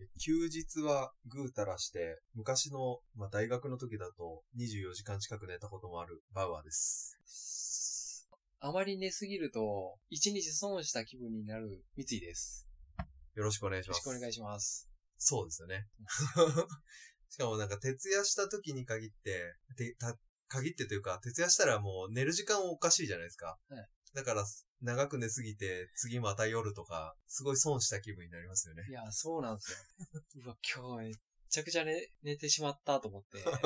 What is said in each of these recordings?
休日はぐうたらして、昔の、大学の時だと24時間近く寝たこともあるバウアーです。 あまり寝すぎると、一日損した気分になる三井です。 よろしくお願いします。 よろしくお願いします。 そうですよね。しかも徹夜した時に限って、限ってというか、徹夜したらもう寝る時間おかしいじゃないですか。 はい。 だから、長く寝すぎて、次また夜とか、すごい損した気分になりますよね。 いや、そうなんですよ。うわ、今日めっちゃくちゃ寝てしまったと思って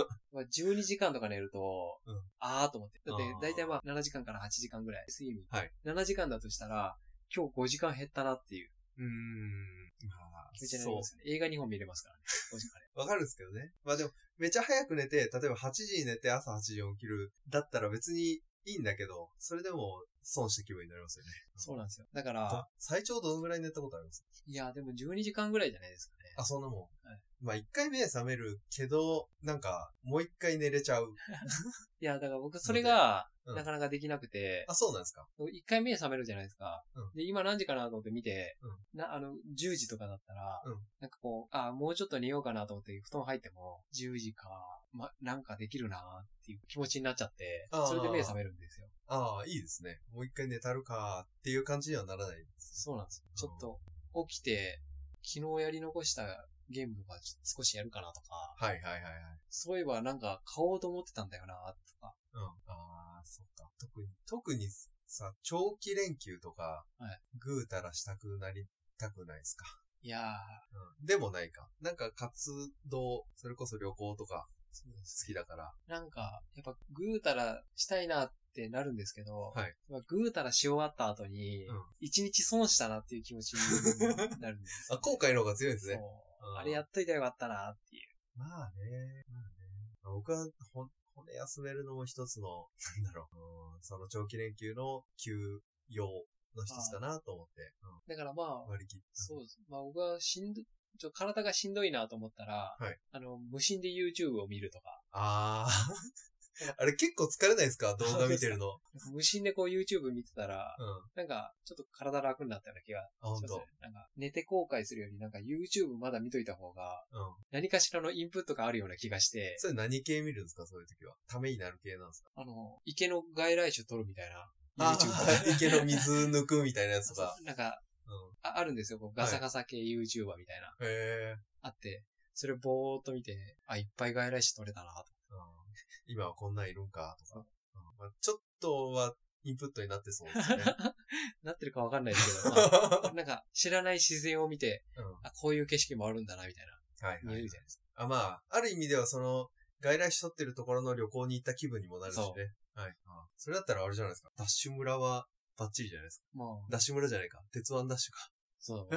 、12時間とか寝ると、と思って。だって、だいたい7時間から8時間ぐらい睡眠。 はい。 7時間だとしたら、今日5時間減ったなっていう。気持ちになりますよね。映画2本見れますからね。5時間ね。 わかるんですけどね。でも、めっちゃ早く寝て、例えば8時に寝て朝8時に起きる。だったら別にいいんだけど、それでも損した気分になりますよね。 そうなんですよ。だから、 最長どのぐらい寝たことあります？ いや、でも12時間ぐらいじゃないですかね。 あ、そんなもん。 はい。 1回目覚めるけど、もう1回寝れちゃう。 いや、だから僕それが、なかなかできなくて。 あ、そうなんですか。 1回目覚めるじゃないですか。で、今何時かなと思って見て、10時とかだったら、もうちょっと寝ようかなと思って布団入っても、10時か、なんかできるなっていう気持ちになっちゃって、それで目覚めるんですよ。 ああ、いいですね。もう1回寝たるかっていう感じにはならないです。 そうなんです。ちょっと、起きて、昨日やり残したゲームとか少しやるかなとか。 はい。 そういえば買おうと思ってたんだよなとか。 ああ、そっか。特にさ、長期連休とか、ぐうたらしたくなりたくないですか？ いやー。でもないか。活動、それこそ旅行とか、好きだから。 やっぱぐうたらしたいなってなるんですけど、 はい。 ぐうたらし終わった後に、一日損したなっていう気持ちになるんですよ、 後悔の方が強いんですね。 そう。あれやっといたらよかったなっていう。 まあね。僕は骨休めるのも一つの、その長期連休の休養の一つかなと思って。 だから割り切って。 そうです。僕は体がしんどいなと思ったら、無心で YouTube を見るとか。 ああ。あれ結構疲れないですか？動画見てるの。 無心でYouTube 見てたら、ちょっと体楽になったような気がしますね。寝て後悔するよりYouTube まだ見といた方が、何かしらのインプットがあるような気がして。 それ何系見るんですか？そういう時は。ためになる系なんですか？ 池の外来種取るみたいな。 YouTube 池の水抜くみたいなやつが。 あるんですよ。ガサガサ系 YouTuber みたいな。あって、それぼーっと見て、いっぱい外来種取れたなと。 今はこんなんいるんか、とか。ちょっとはインプットになってそうですね。 なってるかわかんないですけど、知らない自然を見て、こういう景色もあるんだな、みたいな。見えるじゃないですか。ある意味では外来種取ってるところの旅行に行った気分にもなるしね。はい。それだったらあれじゃないですか。ダッシュ村はバッチリじゃないですか。ダッシュ村じゃないか。鉄腕ダッシュか。 そう。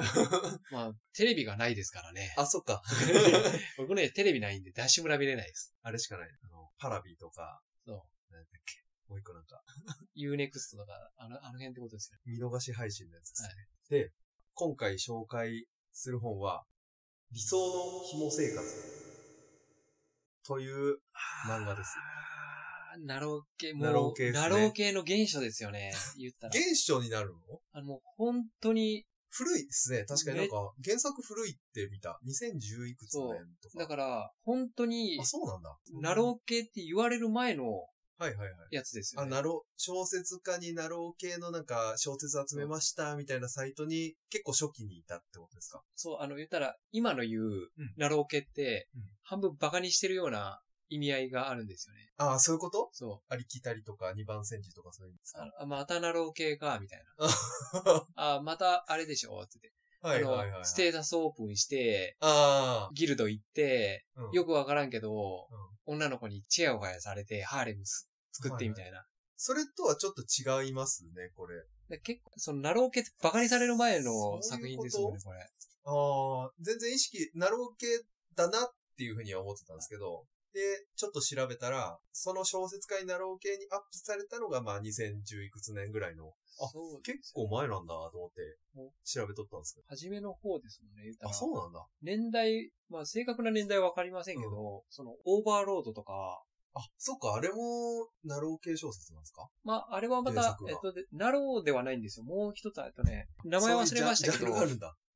テレビがないですからね。 あ、そっか。 僕ね、テレビないんで、ダッシュ村見れないです。 あれしかない。パラビとか。 そう。 なんだっけ。もう一個 Unext とか、あの辺ってことですよ。 見逃し配信のやつですね。で、今回紹介する本は、理想の紐生活という漫画です。 ナロー系、 ナロー系ですね。 ナロー系の原初ですよね。言ったら。 原初になるの？ もう本当に。 古いですね。確かに原作古いって見た。2010いくつ年とか。 だから、本当に。 あ、そうなんだ。 ナロー系って言われる前の、やつですよね。 小説家にナロー系の小説集めましたみたいなサイトに結構初期にいたってことですか？ そう、言ったら、今の言う、ナロー系って、半分バカにしてるような意味合いがあるんですよね。 ああ、そういうこと？ そう。 ありきたりとか二番煎じとかそういうんですか？ またナロー系か、みたいな。またあれでしょって言って。ステータスオープンして、ギルド行って、よくわからんけど、女の子にチヤホヤされて、ハーレム作ってみたいな。 それとはちょっと違いますね、これ。 結構、ナロー系ってバカにされる前の作品ですよね、これ。 全然ナロー系だなっていうふうには思ってたんですけど、で、ちょっと調べたら、その小説家にナロー系にアップされたのが、2010いくつ年ぐらいの。結構前なんだと思って調べとったんですけど。 初めの方ですもんね、言ったら。 そうなんだ。 年代、正確な年代はわかりませんけど、オーバーロードとか。 そっか、あれも、ナロー系小説なんですか？ あれはまた、ナローではないんですよ。もう一つ、名前忘れましたけど。 ジャンルがあるんだ。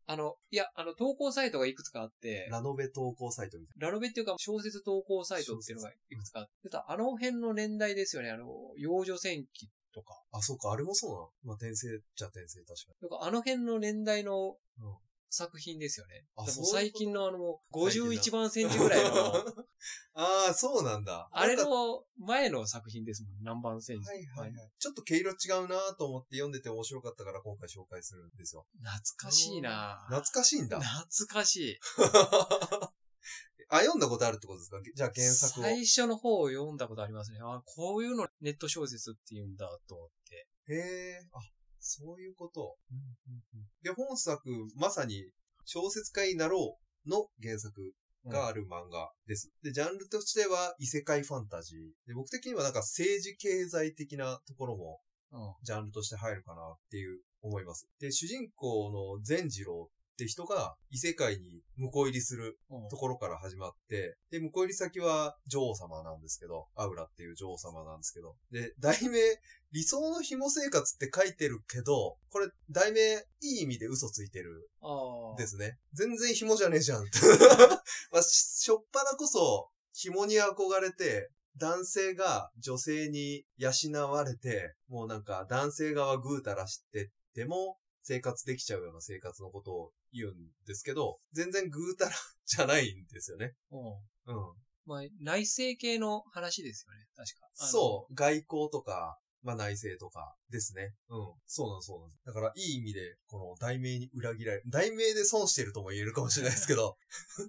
いや、投稿サイトがいくつかあって、 ラノベ投稿サイトみたいな。ラノベっていうか小説投稿サイトっていうのがいくつかあって、あの辺の年代ですよね、幼女戦記とか。 あ、そうか、あれもそうなの。まあ、転生っちゃ転生確かに。とか、あの辺の年代の、作品ですよね。 あ、 そう最近の51番センチぐらいの。 ああ、そうなんだ。 あれの前の作品ですもん、何番センチ。 はいはいはい。ちょっと毛色違うなと思って読んでて面白かったから今回紹介するんですよ。 懐かしいな懐かしいんだ。 懐かしい。 あ、読んだことあるってことですか？じゃあ原作を。 最初の方を読んだことありますね。あ、こういうのネット小説って言うんだと思って。 へえ、あ、そういうこと。で、本作、まさに小説家になろうの原作がある漫画です。で、ジャンルとしては異世界ファンタジー。で、僕的にはなんか政治経済的なところもジャンルとして入るかなっていう思います。で、主人公の善次郎って人が異世界に婿入りするところから始まって、で、婿入り先は女王様なんですけど、アウラっていう女王様なんですけど、で、題名、理想の紐生活って書いてるけど、これ、題名、いい意味で嘘ついてる。ですね。全然紐じゃねえじゃん。まあ、しょっぱなこそ、紐に憧れて、男性が女性に養われて、もうなんか男性側ぐうたらしてっても、生活できちゃうような生活のことを言うんですけど、全然ぐうたらじゃないんですよね。 まあ、内政系の話ですよね、確か。 そう、外交とか、まあ内政とかですね。そうなんです。だからいい意味で、この題名に裏切られ、題名で損してるとも言えるかもしれないですけど。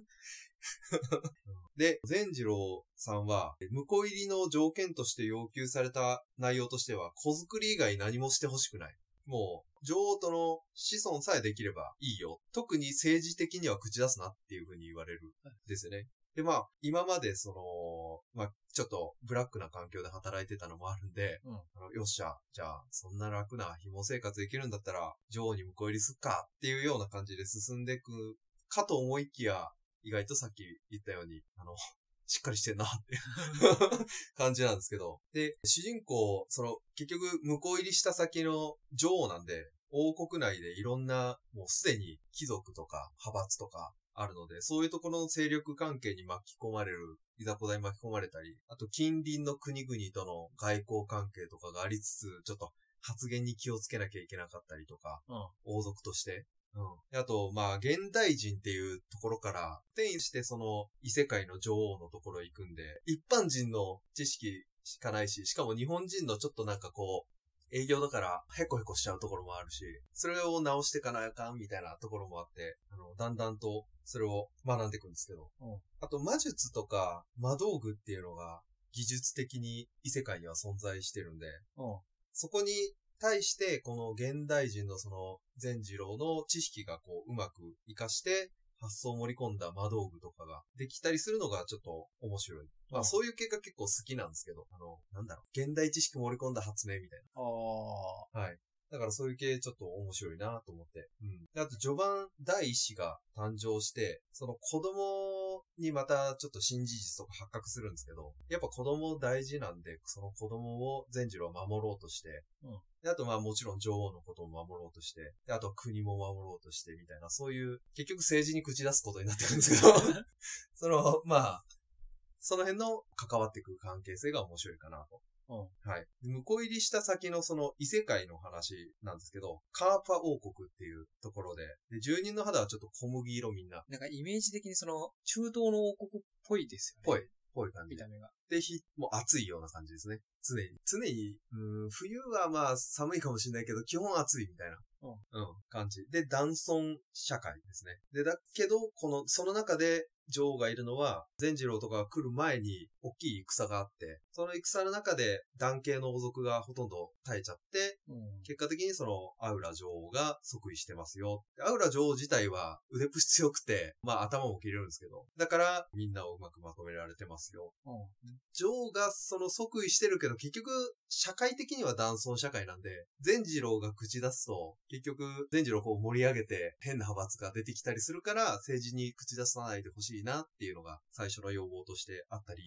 で、善次郎さんは、婿入りの条件として要求された内容としては、子作り以外何もしてほしくない。もう、女王との子孫さえできればいいよ。特に政治的には口出すなっていう風に言われるんですよね。で、まあ、今までちょっとブラックな環境で働いてたのもあるんで、よっしゃ、じゃあ、そんな楽な紐生活できるんだったら、女王に婿入りすっかっていうような感じで進んでいくかと思いきや、意外とさっき言ったように、しっかりしてんなって感じなんですけど。で、主人公、結局、婿入りした先の女王なんで、王国内でいろんな、もうすでに貴族とか派閥とかあるので、そういうところの勢力関係に巻き込まれる、いざこざに巻き込まれたり、あと近隣の国々との外交関係とかがありつつ、ちょっと発言に気をつけなきゃいけなかったりとか、王族として。あと、まあ、現代人っていうところから、転移して異世界の女王のところ行くんで、一般人の知識しかないし、しかも日本人のちょっとなんかこう、営業だからヘコヘコしちゃうところもあるし、それを直していかなあかんみたいなところもあって、だんだんとそれを学んでいくんですけど、あと魔術とか魔道具っていうのが技術的に異世界には存在してるんで、そこに対して、この現代人の善次郎の知識がうまく活かして、発想を盛り込んだ魔道具とかができたりするのがちょっと面白い。まあそういう系が結構好きなんですけど、現代知識盛り込んだ発明みたいな。はい。だからそういう系ちょっと面白いなと思って。あと序盤第一子が誕生して、その子供にまたちょっと新事実とか発覚するんですけど、やっぱ子供大事なんで、その子供を善次郎は守ろうとして、であとまあもちろん女王のことを守ろうとして、であとは国も守ろうとしてみたいな、そういう結局政治に口出すことになってくるんですけど、まあ、その辺の関わっていく関係性が面白いかなと。はい。婿入りした先の異世界の話なんですけど、カーパ王国っていうところで、住人の肌はちょっと小麦色みんな。 なんかイメージ的に中東の王国っぽいですよね。 ぽい感じ。 見た目が。 で、もう暑いような感じですね。常に、冬はまあ寒いかもしれないけど、基本暑いみたいな。感じ。で、男尊社会ですね。で、だけど、その中で、女王がいるのは、善次郎とかが来る前に、大きい戦があって、その戦の中で、男系の王族がほとんど耐えちゃって、結果的にアウラ女王が即位してますよ。アウラ女王自体は腕っぷし強くて、まあ頭も切れるんですけど、だからみんなをうまくまとめられてますよ。女王が即位してるけど、結局、社会的には男尊社会なんで、善次郎が口出すと、結局、善次郎を盛り上げて、変な派閥が出てきたりするから、政治に口出さないでほしいなっていうのが、最初の要望としてあった理由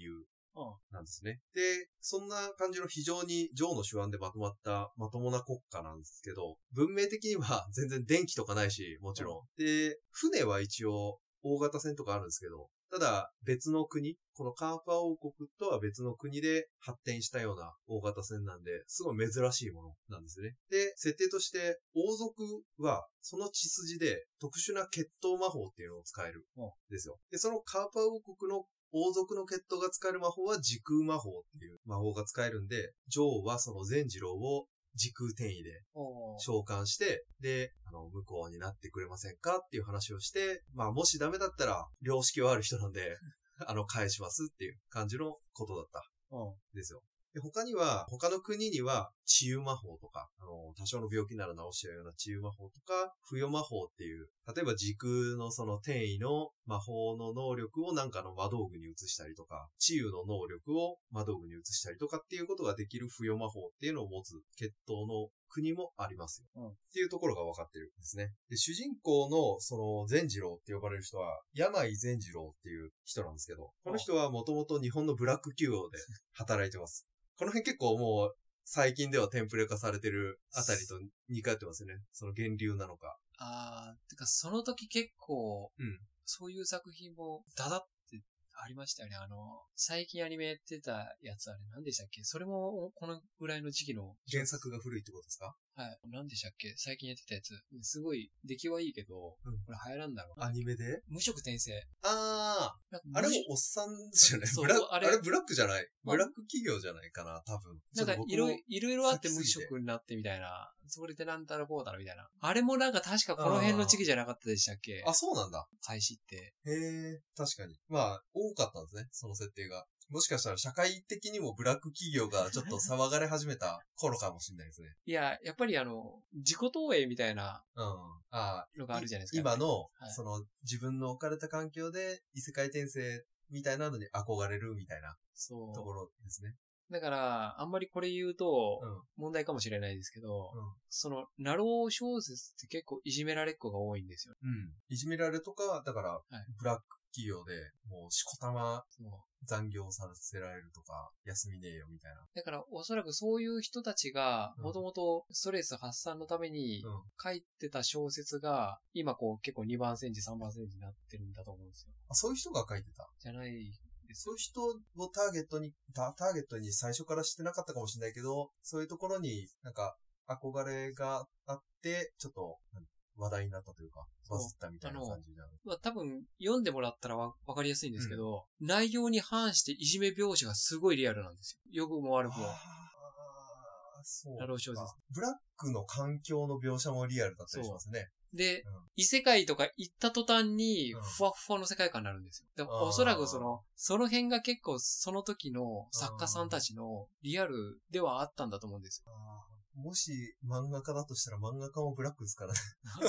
なんですね。で、そんな感じの非常にジョーの手腕でまとまったまともな国家なんですけど、文明的には全然電気とかないし、もちろん。で、船は一応大型船とかあるんですけど、ただ別の国、このカーパー王国とは別の国で発展したような大型船なんで、すごい珍しいものなんですね。で、設定として王族はその血筋で特殊な血統魔法っていうのを使えるんですよ。で、そのカーパー王国の王族の血統が使える魔法は時空魔法っていう魔法が使えるんで、女王はその善次郎を時空転移で召喚して、で、向こうになってくれませんかっていう話をして、まあもしダメだったら、良識はある人なんで、返しますっていう感じのことだった。ですよ。で、他の国には、治癒魔法とか、多少の病気なら治しちゃうような治癒魔法とか、付与魔法っていう、例えば時空のその転移の魔法の能力をなんかの魔道具に移したりとか、治癒の能力を魔道具に移したりとかっていうことができる付与魔法っていうのを持つ血統の国もありますよ。っていうところが分かってるんですね。で、主人公のその善次郎って呼ばれる人は、山井善次郎っていう人なんですけど、この人はもともと日本のブラック企業で働いてます。この辺結構もう最近ではテンプレ化されてるあたりと似通ってますよね。その源流なのか。 てかその時結構、そういう作品もダダってありましたよね。最近アニメやってたやつあれ何でしたっけ？それもこのぐらいの時期の。 原作が古いってことですか？ はい。何でしたっけ？最近やってたやつ。すごい出来はいいけど、これ流行らんだろうな。 アニメで？ 無色転生。 あれもおっさんですよね。あれブラックじゃない。ブラック企業じゃないかな、多分。 なんかいろいろあって無色になってみたいな。それでなんたらこうだろみたいな。あれもなんか確かこの辺の時期じゃなかったでしたっけ？ あ、そうなんだ。 開始って。 へえ、確かに。まあ、多かったんですね、その設定が。もしかしたら社会的にもブラック企業がちょっと騒がれ始めた頃かもしれないですね。 いや、やっぱり自己投影みたいなのがあるじゃないですか。 今の、その自分の置かれた環境で異世界転生みたいなのに憧れるみたいなところですね。 だから、あんまりこれ言うと、問題かもしれないですけど、その、ナロー小説って結構いじめられっ子が多いんですよ。 いじめられとか、だから、ブラック企業で、もうしこたま残業させられるとか、休みねえよみたいな。 だから、おそらくそういう人たちが、もともとストレス発散のために書いてた小説が、今こう結構2番煎じ、3番煎じになってるんだと思うんですよ。 あ、そういう人が書いてた？ じゃない。 そういう人をターゲットに最初からしてなかったかもしれないけど、そういうところになんか憧れがあって、ちょっと話題になったというか、バズったみたいな感じなの。 多分読んでもらったらわかりやすいんですけど、内容に反していじめ描写がすごいリアルなんですよ。良くも悪くも。 そう。 ナロー小説。 ブラックの環境の描写もリアルだったりしますね。 で、異世界とか行った途端に、ふわふわの世界観になるんですよ。でもおそらくその辺が結構その時の作家さんたちのリアルではあったんだと思うんですよ。 もし漫画家だとしたら漫画家もブラックですからね。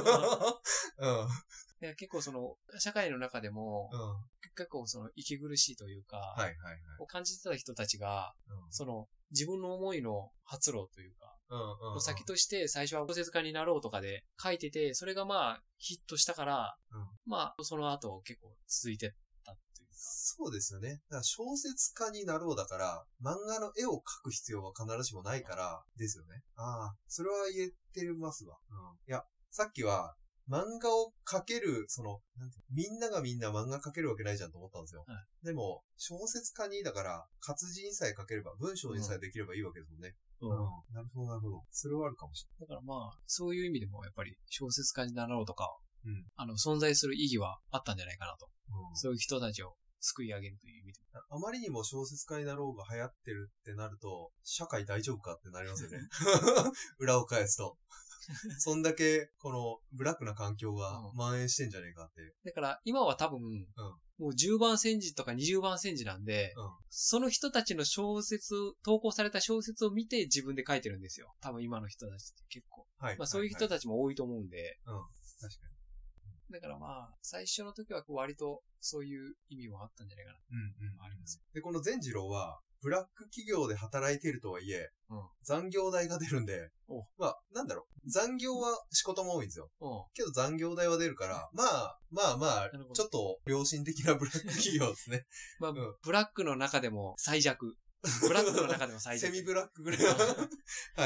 結構その、社会の中でも、結構その息苦しいというか、を感じてた人たちが、その、自分の思いの発露というか、先として最初は小説家になろうとかで書いてて、それがまあヒットしたから、まあその後結構続いてったっていうか。 そうですよね。だから小説家になろうだから、漫画の絵を描く必要は必ずしもないから、ですよね。それは言えてますわ。いや、さっきは、漫画を描ける、みんながみんな漫画描けるわけないじゃんと思ったんですよ。でも、小説家に、だから、活字にさえ描ければ、文章にさえできればいいわけですもんね。なるほど、なるほど。それはあるかもしれない。だからまあ、そういう意味でも、やっぱり、小説家になろうとか、存在する意義はあったんじゃないかなと。そういう人たちを救い上げるという意味で。 あまりにも小説家になろうが流行ってるってなると、社会大丈夫かってなりますよね。裏を返すと。そんだけ、この、ブラックな環境が蔓延してんじゃねえかって。 だから、今は多分、もう10番煎じとか20番煎じなんで、その人たちの投稿された小説を見て自分で書いてるんですよ。多分今の人たちって結構。まあそういう人たちも多いと思うんで。 確かに。 だからまあ、最初の時は割とそういう意味もあったんじゃないかな。 あります。で、この善次郎は、 ブラック企業で働いているとはいえ、残業代が出るんで、まあ、なんだろう。残業は仕事も多いんですよ。けど残業代は出るから、まあ、ちょっと良心的なブラック企業ですね。 まあ、ブラックの中でも最弱。ブラックの中でも最弱。 セミブラックぐらい。はい。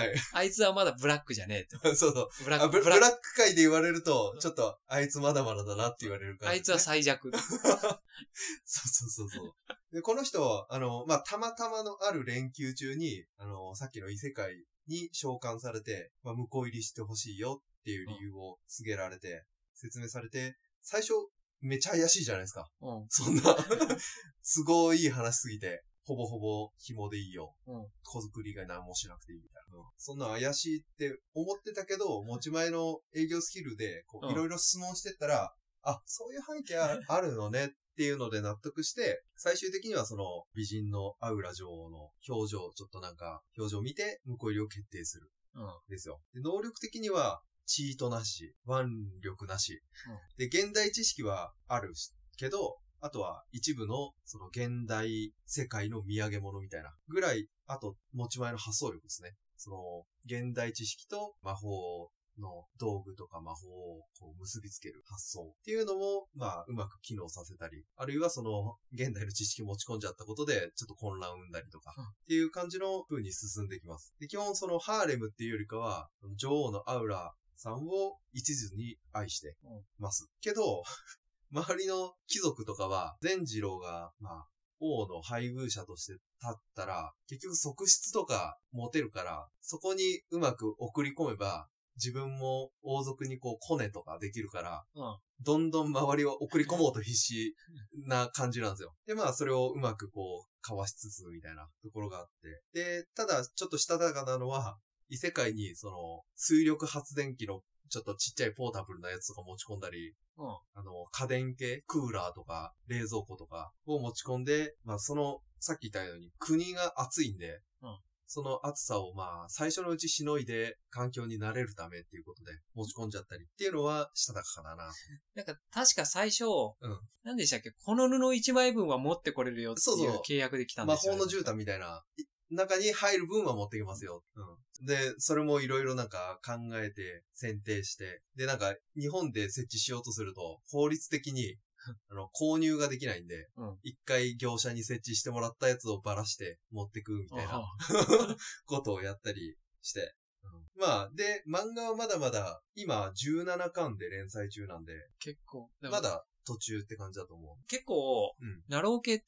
あいつはまだブラックじゃねえと。 そうそう。ブラック界で言われると、ちょっと、あいつまだまだだなって言われるから、 あいつは最弱。 そう。で、この人は、まあ、たまたまのある連休中に、さっきの異世界に召喚されて、まあ、向こう入りしてほしいよっていう理由を告げられて、説明されて、最初、めちゃ怪しいじゃないですか。そんな、都合いい話すぎて。ほぼほぼ紐でいいよ。子作り以外何もしなくていいみたいな。そんな怪しいって思ってたけど、持ち前の営業スキルで、いろいろ質問してったら、あ、そういう背景あるのねっていうので納得して、最終的にはその美人のアウラ女王の表情、ちょっとなんか、表情を見て、向こう入りを決定する。ですよ。で、能力的には、チートなし、腕力なし。で、現代知識はあるけど、あとは一部のその現代世界の土産物みたいなぐらい、あと持ち前の発想力ですね。その現代知識と魔法の道具とか魔法をこう結びつける発想っていうのも、まあうまく機能させたり、あるいはその現代の知識を持ち込んじゃったことでちょっと混乱を生んだりとかっていう感じの風に進んできます。で、基本そのハーレムっていうよりかは、女王のアウラさんを一途に愛してます。けど、周りの貴族とかは、善次郎が、まあ、王の配偶者として立ったら、結局側室とか持てるから、そこにうまく送り込めば、自分も王族にこうコネとかできるから、どんどん周りを送り込もうと必死な感じなんですよ。で、まあ、それをうまくこう、かわしつつみたいなところがあって。で、ただ、ちょっとしたたかなのは、異世界に、その、水力発電機のちょっとちっちゃいポータブルなやつとか持ち込んだり、家電系、クーラーとか、冷蔵庫とかを持ち込んで、まあその、さっき言ったように国が暑いんで、その暑さをまあ最初のうちしのいで環境に慣れるためっていうことで持ち込んじゃったりっていうのはしたたかだな。 なんか確か最初、何でしたっけ、この布1枚分は持ってこれるよっていう契約できたんですよ、ね。 魔法の絨毯みたいな。中に入る分は持ってきますよ。で、それもいろいろなんか考えて、選定して、で、なんか日本で設置しようとすると、法律的に、購入ができないんで、一回業者に設置してもらったやつをばらして持ってくみたいなことをやったりして。まあ、で、漫画はまだまだ、今17巻で連載中なんで、 結構、 まだ途中って感じだと思う。 結構、ナロー系って、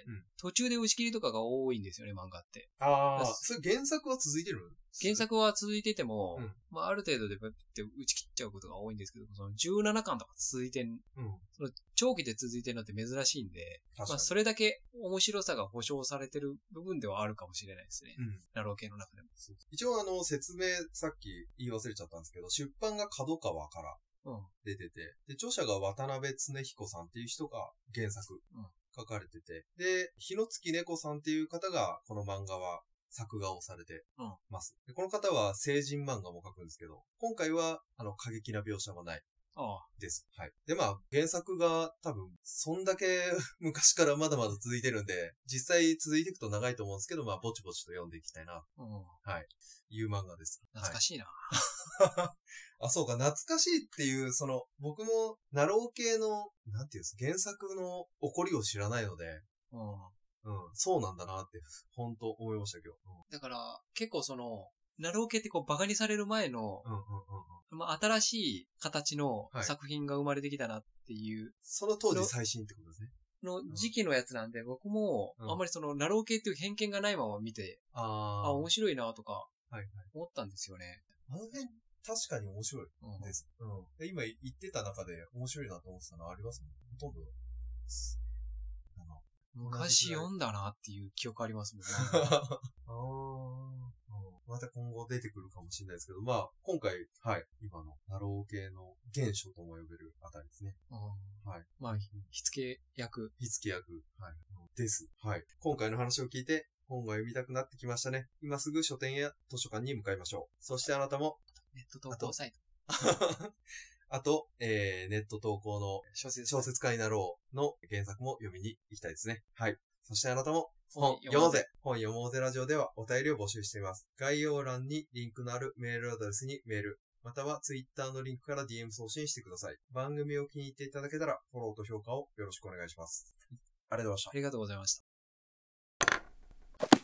途中で打ち切りとかが多いんですよね、漫画って。 それ原作は続いてる？ 原作は続いてても、まあある程度で打ち切っちゃうことが多いんですけど、その17巻とか続いてその長期で続いてるのって珍しいんで、まあそれだけ面白さが保証されてる部分ではあるかもしれないですね。ナロー系の中でも。 一応説明さっき言い忘れちゃったんですけど、出版が角川から出てて、で、著者が渡辺恒彦さんっていう人が原作書かれてて、で、日野月猫さんっていう方がこの漫画は作画をされてます。でこの方は成人漫画も描くんですけど、今回は過激な描写はないです。はい。で、まあ、原作が多分、そんだけ昔からまだまだ続いてるんで、実際続いていくと長いと思うんですけど、まあ、ぼちぼちと読んでいきたいな。はい。いう漫画です。 懐かしいな。 あ、そうか、懐かしいっていう、僕も、ナロー系の、なんていうんです、原作の起こりを知らないので、そうなんだなって、本当思いましたけど。 だから、結構ナロー系ってこうバカにされる前の、まあ、新しい形の作品が生まれてきたなっていう。 その当時最新ってことですね。 の時期のやつなんで、僕も、あんまりナロー系っていう偏見がないまま見て、面白いなとか、思ったんですよね。 あの辺、確かに面白いです。今言ってた中で面白いなと思ってたのありますね。ほとんど。 昔読んだなっていう記憶ありますもんね。 また今後出てくるかもしれないですけど、まあ、今回、今のナロー系の原初とも呼べるあたりですね。 まあ、火付け役。 です。今回の話を聞いて、本が読みたくなってきましたね。今すぐ書店や図書館に向かいましょう。そしてあなたも、 ネット投稿サイト。 あと、ネット投稿の小説家になろうの原作も読みに行きたいですね。 そしてあなたも本読もうぜ。本読もうぜラジオではお便りを募集しています。概要欄にリンクのあるメールアドレスにメール、または Twitter のリンクから DM 送信してください。番組を気に入っていただけたらフォローと評価をよろしくお願いします。ありがとうございました。 ありがとうございました。